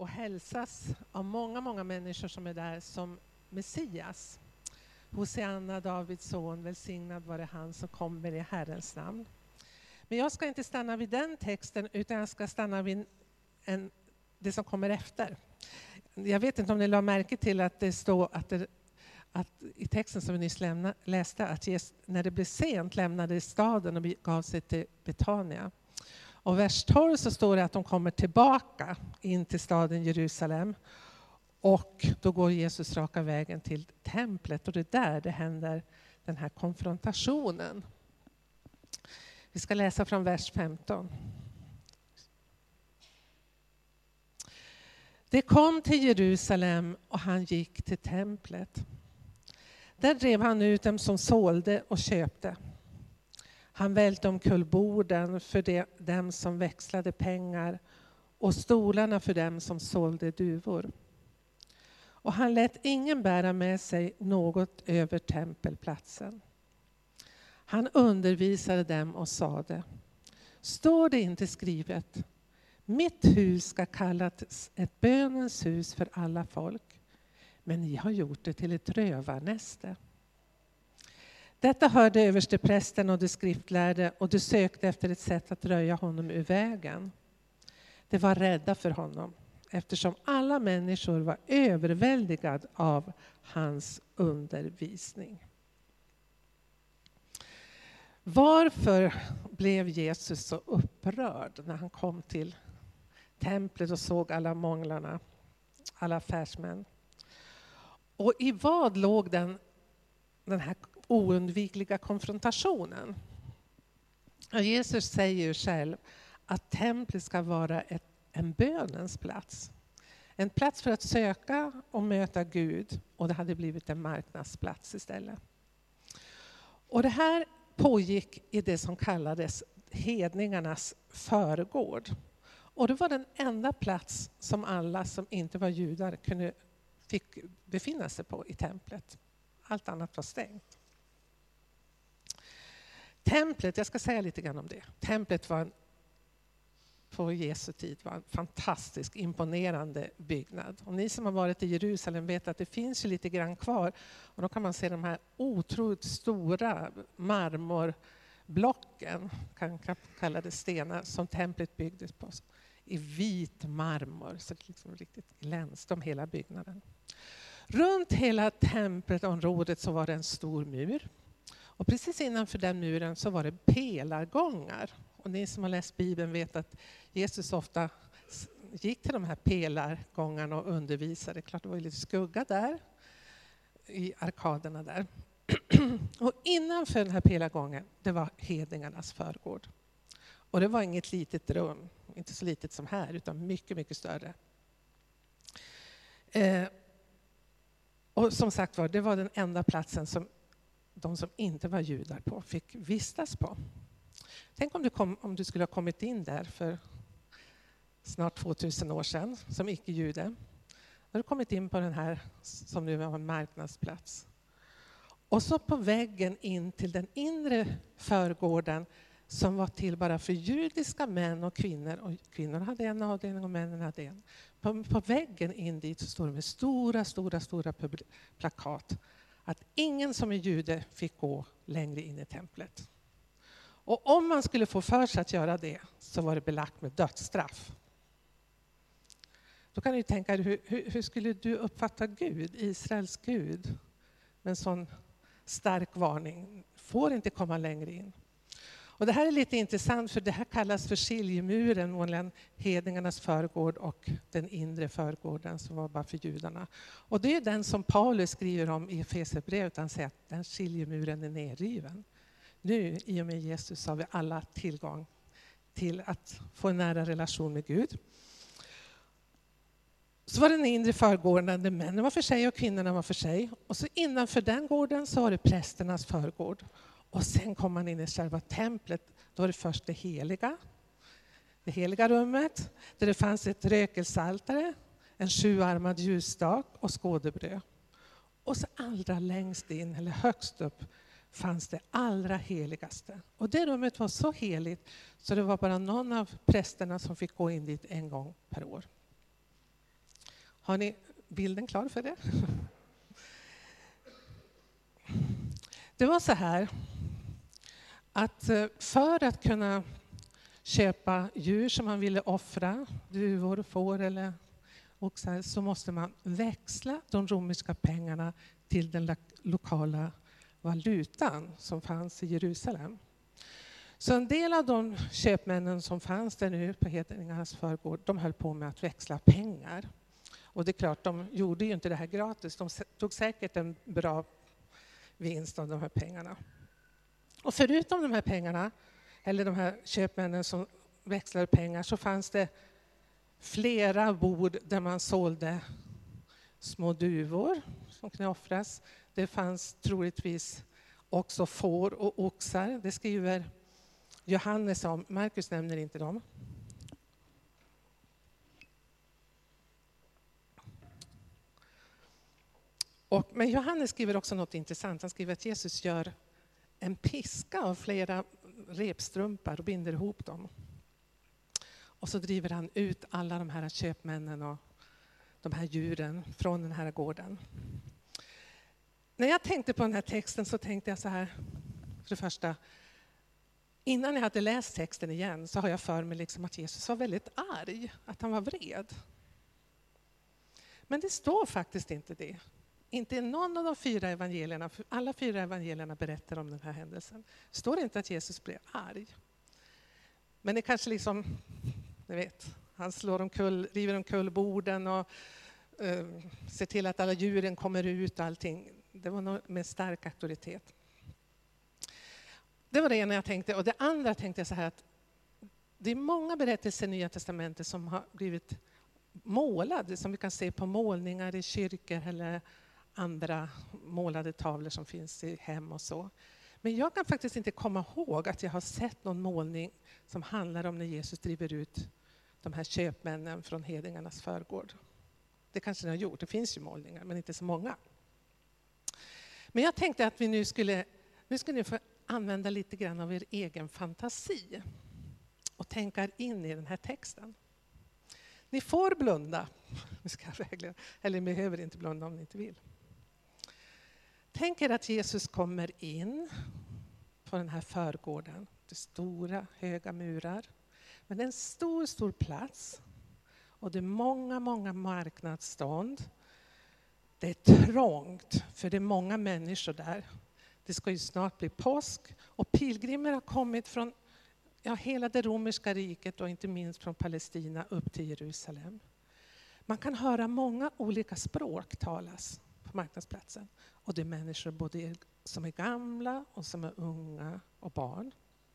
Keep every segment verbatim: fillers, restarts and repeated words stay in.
och hälsas av många, många människor som är där som Messias. Hosianna, Davids son, välsignad vare han som kommer i Herrens namn. Men jag ska inte stanna vid den texten, utan jag ska stanna vid en, det som kommer efter. Jag vet inte om ni la märke till att det står att, det, att i texten som vi nyss lämna, läste att Jesus, när det blev sent, lämnade staden och gav sig till Betania. Och vers tolv så står det att de kommer tillbaka in till staden Jerusalem. Och då går Jesus raka vägen till templet, och det är där det händer den här konfrontationen. Vi ska läsa från vers femton. Det kom till Jerusalem och han gick till templet. Där drev han ut dem som sålde och köpte. Han välte omkull borden för de, dem som växlade pengar och stolarna för dem som sålde duvor. Och han lät ingen bära med sig något över tempelplatsen. Han undervisade dem och sade: står det inte skrivet: mitt hus ska kallas ett bönens hus för alla folk, men ni har gjort det till ett rövarnäste. Detta hörde översteprästen och de skriftlärde, och de sökte efter ett sätt att röja honom ur vägen. De var rädda för honom, eftersom alla människor var överväldigade av hans undervisning. Varför blev Jesus så upprörd när han kom till templet och såg alla månglarna, alla affärsmän? Och i vad låg den, den här oundvikliga konfrontationen? Och Jesus säger ju själv att templet ska vara ett, en bönens plats. En plats för att söka och möta Gud, och det hade blivit en marknadsplats istället. Och det här pågick i det som kallades hedningarnas förgård. Och det var den enda plats som alla som inte var judar kunde, fick befinna sig på i templet. Allt annat var stängt. Templet, jag ska säga lite grann om det. Templet var en, på Jesu tid var en fantastisk, imponerande byggnad. Och ni som har varit i Jerusalem vet att det finns ju lite grann kvar. Och då kan man se de här otroligt stora marmorblocken, kan kalla det stenar, som templet byggdes på. I vit marmor, så det liksom riktigt glänste om hela byggnaden. Runt hela tempelområdet så var det en stor mur. Och precis innanför den muren så var det pelargångar. Och ni som har läst Bibeln vet att Jesus ofta gick till de här pelargångarna och undervisade. Klart det var lite skugga där i arkaderna där. Och innanför den här pelargången, det var hedningarnas förgård. Och det var inget litet rum, inte så litet som här, utan mycket, mycket större. Eh, och som sagt var, det var den enda platsen som de som inte var judar på fick vistas på. Tänk om du, kom, om du skulle ha kommit in där för snart tvåtusen år sedan som icke-jude. Då har du kommit in på den här som nu var en marknadsplats. Och så på väggen in till den inre förgården som var till bara för judiska män och kvinnor. Och kvinnorna hade en avdelning och männen hade en. På, på väggen in dit så står det med stora, stora, stora plakat att ingen som är jude fick gå längre in i templet. Och om man skulle få för sig att göra det så var det belagt med dödsstraff. Då kan du tänka, hur, hur, hur skulle du uppfatta Gud, Israels Gud, med en sån stark varning? Får inte komma längre in. Och det här är lite intressant, för det här kallas för skiljemuren mellan hedningarnas förgård och den inre förgården som var bara för judarna. Och det är den som Paulus skriver om i Efesierbrevet. Han säger att den skiljemuren är nerriven. Nu i och med Jesus har vi alla tillgång till att få en nära relation med Gud. Så var den inre förgården där männen var för sig och kvinnorna var för sig. Och så innanför den gården så var det prästernas förgård. Och sen kom man in i själva templet. Då var det först det heliga. Det heliga rummet. Där det fanns ett rökelsaltare, en sjuarmad ljusstak och skådebröd. Och så allra längst in, eller högst upp, fanns det allra heligaste. Och det rummet var så heligt så det var bara någon av prästerna som fick gå in dit en gång per år. Har ni bilden klar för det? Det var så här att för att kunna köpa djur som man ville offra, duvor, får eller oxar, så måste man växla de romerska pengarna till den lokala valutan som fanns i Jerusalem. Så en del av de köpmännen som fanns där nu på hedningarnas förgård, de höll på med att växla pengar. Och det är klart, de gjorde ju inte det här gratis. De tog säkert en bra vinst av de här pengarna. Och förutom de här pengarna, eller de här köpmännen som växlade pengar, så fanns det flera bord där man sålde små duvor som kunde offras. Det fanns troligtvis också får och oxar. Det skriver Johannes om. Markus nämner inte dem. Och, men Johannes skriver också något intressant. Han skriver att Jesus gör en piska av flera repstrumpar och binder ihop dem. Och så driver han ut alla de här köpmännen och de här djuren från den här gården. När jag tänkte på den här texten så tänkte jag så här. För det första, innan jag hade läst texten igen så har jag för mig liksom att Jesus var väldigt arg. Att han var vred. Men det står faktiskt inte det. Inte i någon av de fyra evangelierna, för alla fyra evangelierna berättar om den här händelsen. Det står inte att Jesus blev arg. Men det kanske liksom, ni vet, han slår omkull, river omkull borden och uh, ser till att alla djuren kommer ut och allting. Det var nog med stark auktoritet. Det var det ena jag tänkte. Och det andra tänkte jag så här att det är många berättelser i Nya testamentet som har blivit målade, som vi kan se på målningar i kyrkor eller andra målade tavlor som finns i hem och så. Men jag kan faktiskt inte komma ihåg att jag har sett någon målning som handlar om när Jesus driver ut de här köpmännen från hedningarnas förgård. Det kanske ni har gjort, det finns ju målningar men inte så många. Men jag tänkte att vi nu skulle, nu skulle ni få använda lite grann av er egen fantasi och tänka in i den här texten. Ni får blunda, eller ni behöver inte blunda om ni inte vill. Tänk er att Jesus kommer in på den här förgården. Det är stora, höga murar. Men det är en stor, stor plats. Och det är många, många marknadsstånd. Det är trångt, för det är många människor där. Det ska ju snart bli påsk. Och pilgrimer har kommit från ja, hela det romerska riket och inte minst från Palestina upp till Jerusalem. Man kan höra många olika språk talas på marknadsplatsen. Och det är människor både som är gamla och som är unga och barn.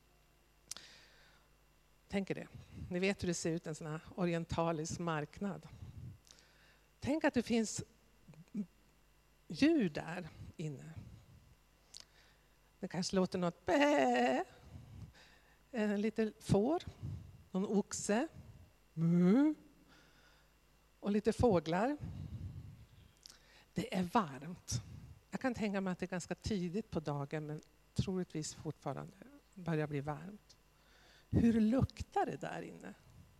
Tänk er det. Ni vet hur det ser ut, en sån här orientalisk marknad. Tänk att det finns djur där inne. Det kanske låter något bä. En liten får. Någon oxe. Mm. Och lite fåglar. Det är varmt. Jag kan tänka mig att det är ganska tidigt på dagen men troligtvis fortfarande börjar bli varmt. Hur luktar det där inne?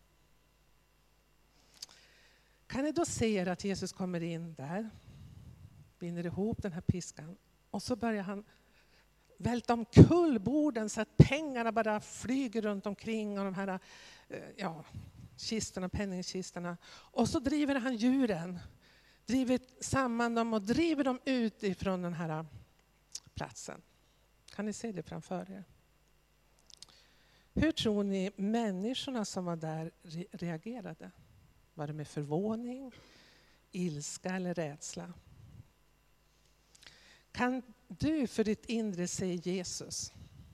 Kan ni då se att Jesus kommer in där, binder ihop den här piskan och så börjar han välta omkull borden så att pengarna bara flyger runt omkring och de här ja, kistorna, penningkistorna. Och så driver han djuren, driver samman dem och driver dem ut ifrån den här platsen. Kan ni se det framför er? Hur tror ni människorna som var där reagerade? Var det med förvåning, ilska eller rädsla? Kan du för ditt inre se Jesus?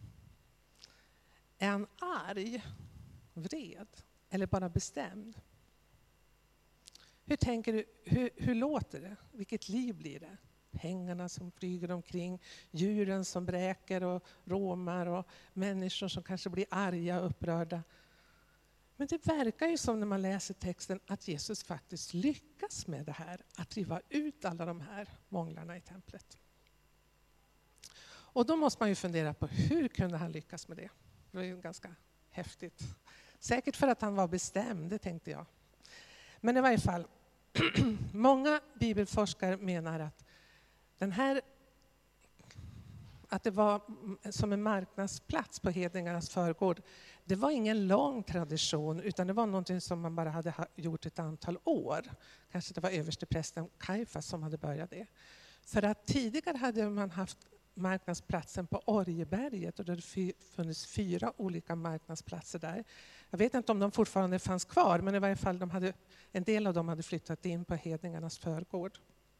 Är han arg, vred eller bara bestämd? Hur tänker du, hur, hur låter det? Vilket liv blir det? Pengarna som flyger omkring, djuren som bräker och råmar och människor som kanske blir arga och upprörda. Men det verkar ju som när man läser texten att Jesus faktiskt lyckas med det här, att driva ut alla de här månglarna i templet. Och då måste man ju fundera på hur kunde han lyckas med det? Det var ju ganska häftigt. Säkert för att han var bestämd, det tänkte jag. Men i varje fall, Många bibelforskare menar att den här att det var som en marknadsplats på hedningarnas förgård. Det var ingen lång tradition, utan det var någonting som man bara hade gjort ett antal år. Kanske det var översteprästen Kajfas som hade börjat det. För att tidigare hade man haft marknadsplatsen på Orjeberget och det hade funnits fyra olika marknadsplatser där. Jag vet inte om de fortfarande fanns kvar, men i varje fall de hade, en del av dem hade flyttat in på hedningarnas förgård.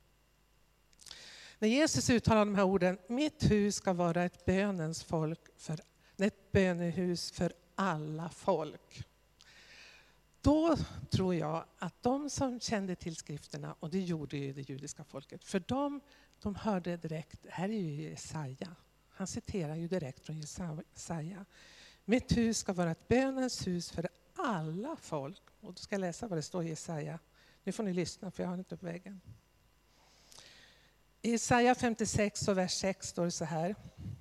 När Jesus uttalar de här orden, mitt hus ska vara ett bönens folk, för, ett bönehus för alla folk. Då tror jag att de som kände till skrifterna, och det gjorde ju det judiska folket, för de, de hörde direkt, här är ju Jesaja. Han citerar ju direkt från Jesaja. Mitt hus ska vara ett bönens hus för alla folk. Och då ska jag läsa vad det står i Jesaja. Nu får ni lyssna för jag har inte på väggen. I Jesaja femtiosex och vers sex står det så här.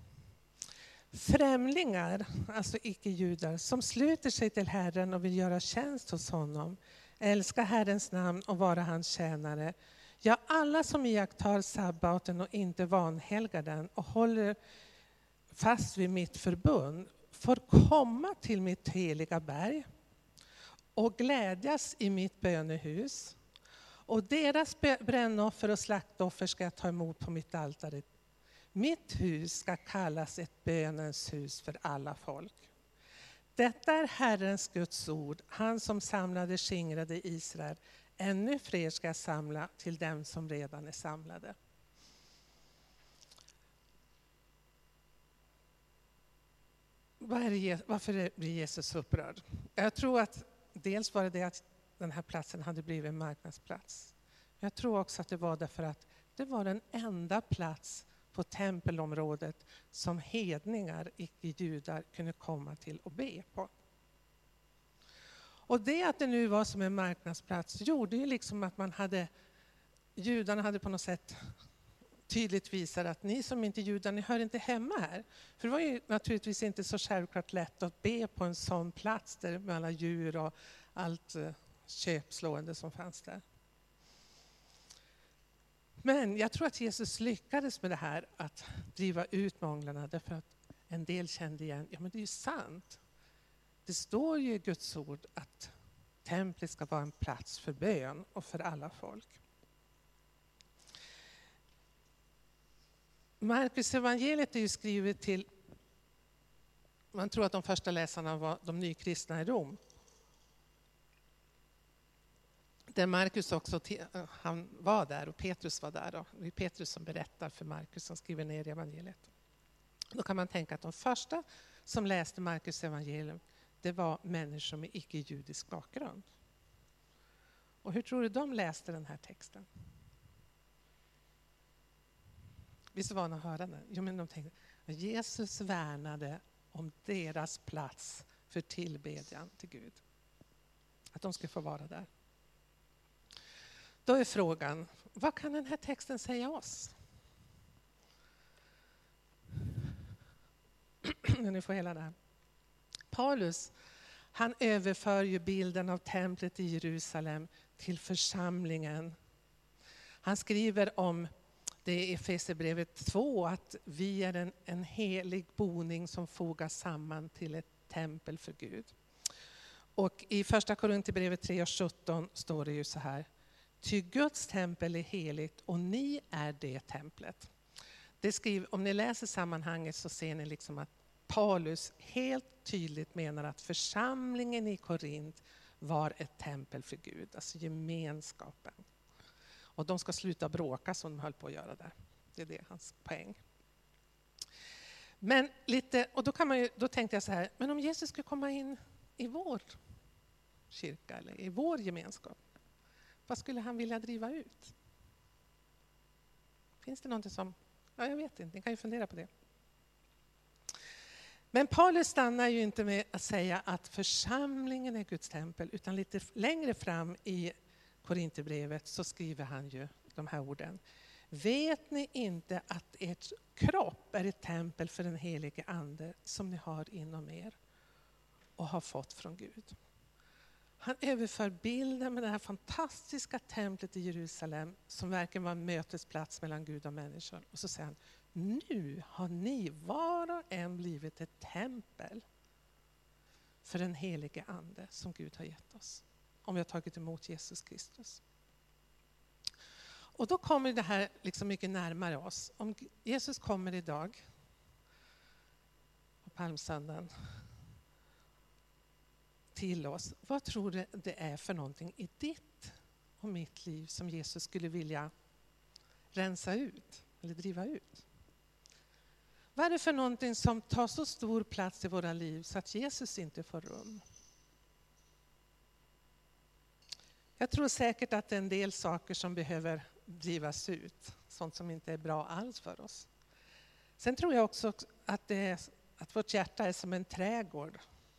Främlingar, alltså icke-judar, som sluter sig till Herren och vill göra tjänst hos honom, älskar Herrens namn och vara hans tjänare. Ja, alla som iakttar sabbaten och inte vanhelgar den och håller fast vid mitt förbund får komma till mitt heliga berg och glädjas i mitt bönehus. Och deras brännoffer och slaktoffer ska jag ta emot på mitt altare. Mitt hus ska kallas ett bönens hus för alla folk. Detta är Herrens Guds ord, han som samlade skingrade Israel. Ännu fler ska jag samla till dem som redan är samlade. Varför blir Jesus upprörd? Jag tror att dels var det det att den här platsen hade blivit en marknadsplats. Jag tror också att det var därför att det var den enda plats på tempelområdet som hedningar, icke-judar, kunde komma till och be på. Och det att det nu var som en marknadsplats gjorde ju liksom att man hade, judarna hade på något sätt tydligt visat att ni som inte är judar, ni hör inte hemma här. För det var ju naturligtvis inte så självklart lätt att be på en sån plats där med alla djur och allt köpslående som fanns där. Men jag tror att Jesus lyckades med det här att driva ut månglarna därför att en del kände igen, ja men det är ju sant. Det står ju i Guds ord att templet ska vara en plats för bön och för alla folk. Markus evangeliet är ju skrivet till, man tror att de första läsarna var de nykristna i Rom. Där Markus också, han var där och Petrus var där. Och det är Petrus som berättar för Markus som skriver ner evangeliet. Då kan man tänka att de första som läste Markus evangelium, det var människor med icke-judisk bakgrund. Och hur tror du de läste den här texten? Vi är så vana att höra den. Jo, men de tänkte att Jesus värnade om deras plats för tillbedjan till Gud. Att de skulle få vara där. Då är frågan, vad kan den här texten säga oss? Ni får hela det här. Paulus, han överför ju bilden av templet i Jerusalem till församlingen. Han skriver om det i Efesierbrevet två att vi är en, en helig boning som fogas samman till ett tempel för Gud. Och i första Korinthierbrevet tre och sjutton står det ju så här. Ty Guds tempel är heligt och ni är det templet. Det skriver, om ni läser sammanhanget så ser ni liksom att Paulus helt tydligt menar att församlingen i Korint var ett tempel för Gud, alltså gemenskapen. Och de ska sluta bråka som de höll på att göra där. Det är det hans poäng. Men lite, och då, kan man ju, då tänkte jag så här, men om Jesus skulle komma in i vår kyrka eller i vår gemenskap, vad skulle han vilja driva ut? Finns det någonting som, ja jag vet inte, ni kan ju fundera på det. Men Paulus stannar ju inte med att säga att församlingen är Guds tempel, utan lite längre fram i Korinthierbrevet så skriver han ju de här orden. Vet ni inte att ert kropp är ett tempel för den helige ande som ni har inom er och har fått från Gud? Han överför bilden med det här fantastiska templet i Jerusalem som verkligen var en mötesplats mellan Gud och människor. Och så säger han, nu har ni var och en blivit ett tempel för den helige ande som Gud har gett oss. Om vi har tagit emot Jesus Kristus. Och då kommer det här liksom mycket närmare oss. Om Jesus kommer idag på palmsöndagen till oss. Vad tror du det är för någonting i ditt och mitt liv som Jesus skulle vilja rensa ut eller driva ut? Vad är det för någonting som tar så stor plats i våra liv så att Jesus inte får rum? Jag tror säkert att det är en del saker som behöver drivas ut. Sånt som inte är bra alls för oss. Sen tror jag också att, det är, att vårt hjärta är som en trädgård.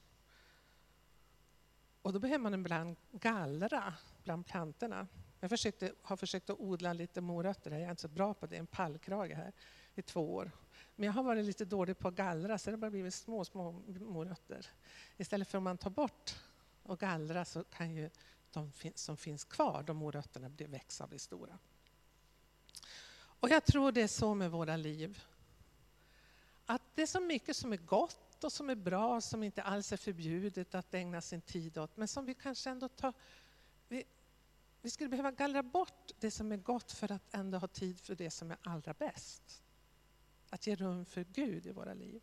Och då behöver man ibland gallra bland plantorna. Jag försökte, har försökt att odla lite morötter. Jag är inte så bra på det. En pallkrage här i två år. Men jag har varit lite dålig på att gallra så det har bara blivit små, små morötter. Istället för att man tar bort och gallra så kan ju de som finns kvar, de morötterna, bli växa och bli stora. Och jag tror det är så med våra liv. Att det är så mycket som är gott och som är bra, som inte alls är förbjudet att ägna sin tid åt. Men som vi kanske ändå tar... Vi, vi skulle behöva gallra bort det som är gott för att ändå ha tid för det som är allra bäst. Att ge rum för Gud i våra liv.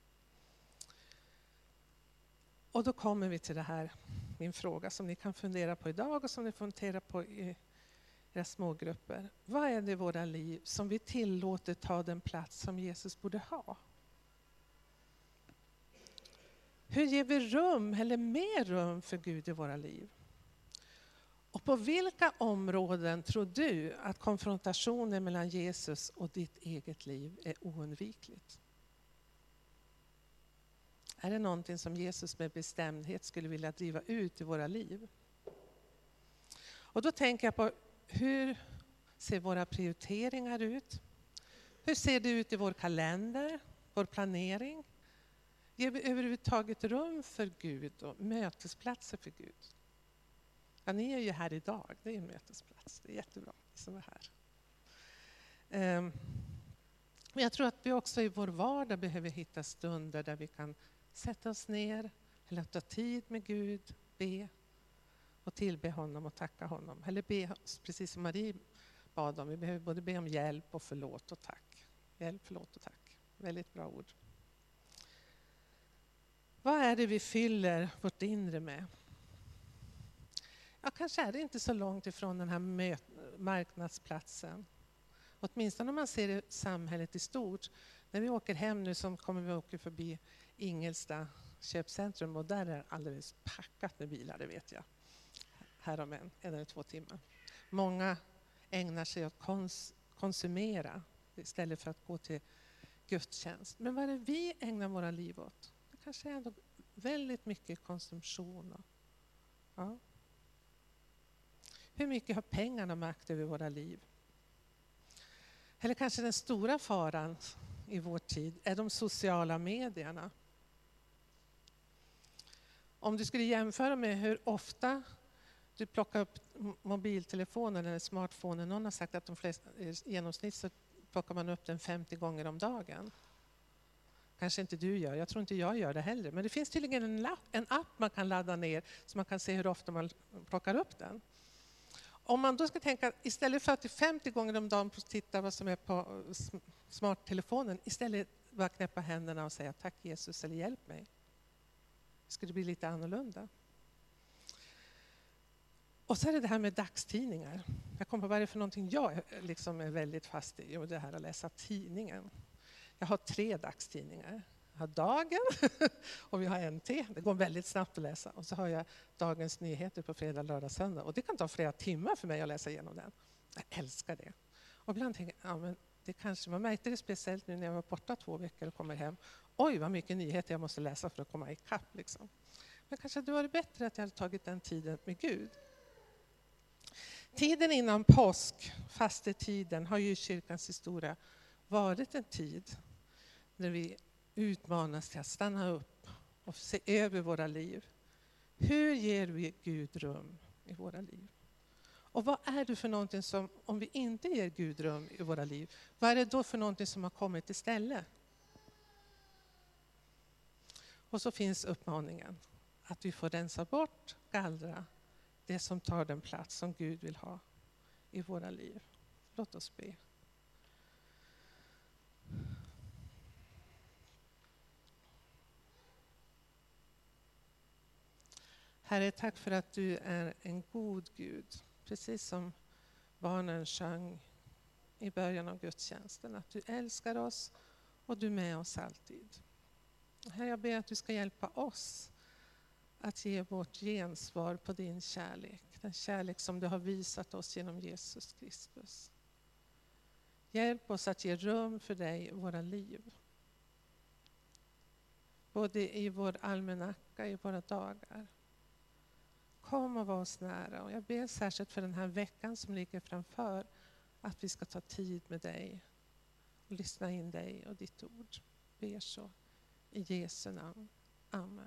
Och då kommer vi till det här, min fråga som ni kan fundera på idag och som ni funderar på i era smågrupper. Vad är det i våra liv som vi tillåter ta den plats som Jesus borde ha? Hur ger vi rum eller mer rum för Gud i våra liv? Och på vilka områden tror du att konfrontationen mellan Jesus och ditt eget liv är oundvikligt? Är det någonting som Jesus med bestämdhet skulle vilja driva ut i våra liv? Och då tänker jag på hur ser våra prioriteringar ut? Hur ser det ut i vår kalender, vår planering? Ger vi överhuvudtaget rum för Gud och mötesplatser för Gud? Ja, ni är ju här idag, det är en mötesplats. Det är jättebra, ni som är här. Um, men jag tror att vi också i vår vardag behöver hitta stunder där vi kan sätta oss ner eller ta tid med Gud, be och tillbe honom och tacka honom. Eller be, precis som Marie bad om, vi behöver både be om hjälp och förlåt och tack. Hjälp, förlåt och tack. Väldigt bra ord. Vad är det vi fyller vårt inre med? Ja, kanske är det inte så långt ifrån den här möt- marknadsplatsen. Åtminstone om man ser det samhället i stort. När vi åker hem nu så kommer vi åka förbi Ingelsta köpcentrum och där är det alldeles packat med bilar, det vet jag. Här om en, en eller två timmar. Många ägnar sig åt kons- konsumera istället för att gå till gudstjänst. Men vad är det vi ägnar våra liv åt? Det kanske är ändå väldigt mycket konsumtion. Och, ja. Hur mycket har pengarna makt över våra liv? Eller kanske den stora faran i vår tid är de sociala medierna. Om du skulle jämföra med hur ofta du plockar upp mobiltelefonen eller smartphonen. Någon har sagt att de flesta, i genomsnitt så plockar man upp den femtio gånger om dagen. Kanske inte du gör, jag tror inte jag gör det heller. Men det finns tydligen en app, en app man kan ladda ner så man kan se hur ofta man plockar upp den. Om man då ska tänka, istället för att femtio gånger om dagen titta vad som är på smarttelefonen, istället bara knäppa händerna och säga tack Jesus eller hjälp mig. Det skulle bli lite annorlunda. Och så är det det här med dagstidningar. Jag kommer på vad det är för någonting jag liksom är väldigt fast i. Och det här att läsa tidningen. Jag har tre dagstidningar. Jag har Dagen och vi har N T. Det går väldigt snabbt att läsa. Och så har jag Dagens Nyheter på fredag, lördag, söndag. Och det kan ta flera timmar för mig att läsa igenom den. Jag älskar det. Och ibland tänker jag, ja, men det kanske, man märkte det speciellt nu när jag var borta två veckor och kommer hem. Oj, vad mycket nyheter jag måste läsa för att komma ikapp. Liksom. Men kanske det var bättre att jag hade tagit den tiden med Gud. Tiden innan påsk, fastetiden, har ju i kyrkans historia varit en tid när vi utmanas till att stanna upp och se över våra liv. Hur ger vi Gud rum i våra liv? Och vad är det för någonting som, om vi inte ger Gud rum i våra liv, vad är det då för någonting som har kommit istället? Och så finns uppmaningen att vi får rensa bort, gallra det som tar den plats som Gud vill ha i våra liv. Låt oss be. Herre, tack för att du är en god Gud. Precis som barnen sjöng i början av gudstjänsten. Att du älskar oss och du är med oss alltid. Herre, jag ber att du ska hjälpa oss att ge vårt gensvar på din kärlek. Den kärlek som du har visat oss genom Jesus Kristus. Hjälp oss att ge rum för dig i våra liv. Både i vår almanacka, i våra dagar. Kom och var oss nära. Och jag ber särskilt för den här veckan som ligger framför. Att vi ska ta tid med dig. Och lyssna in dig och ditt ord. Ber så. I Jesu namn. Amen.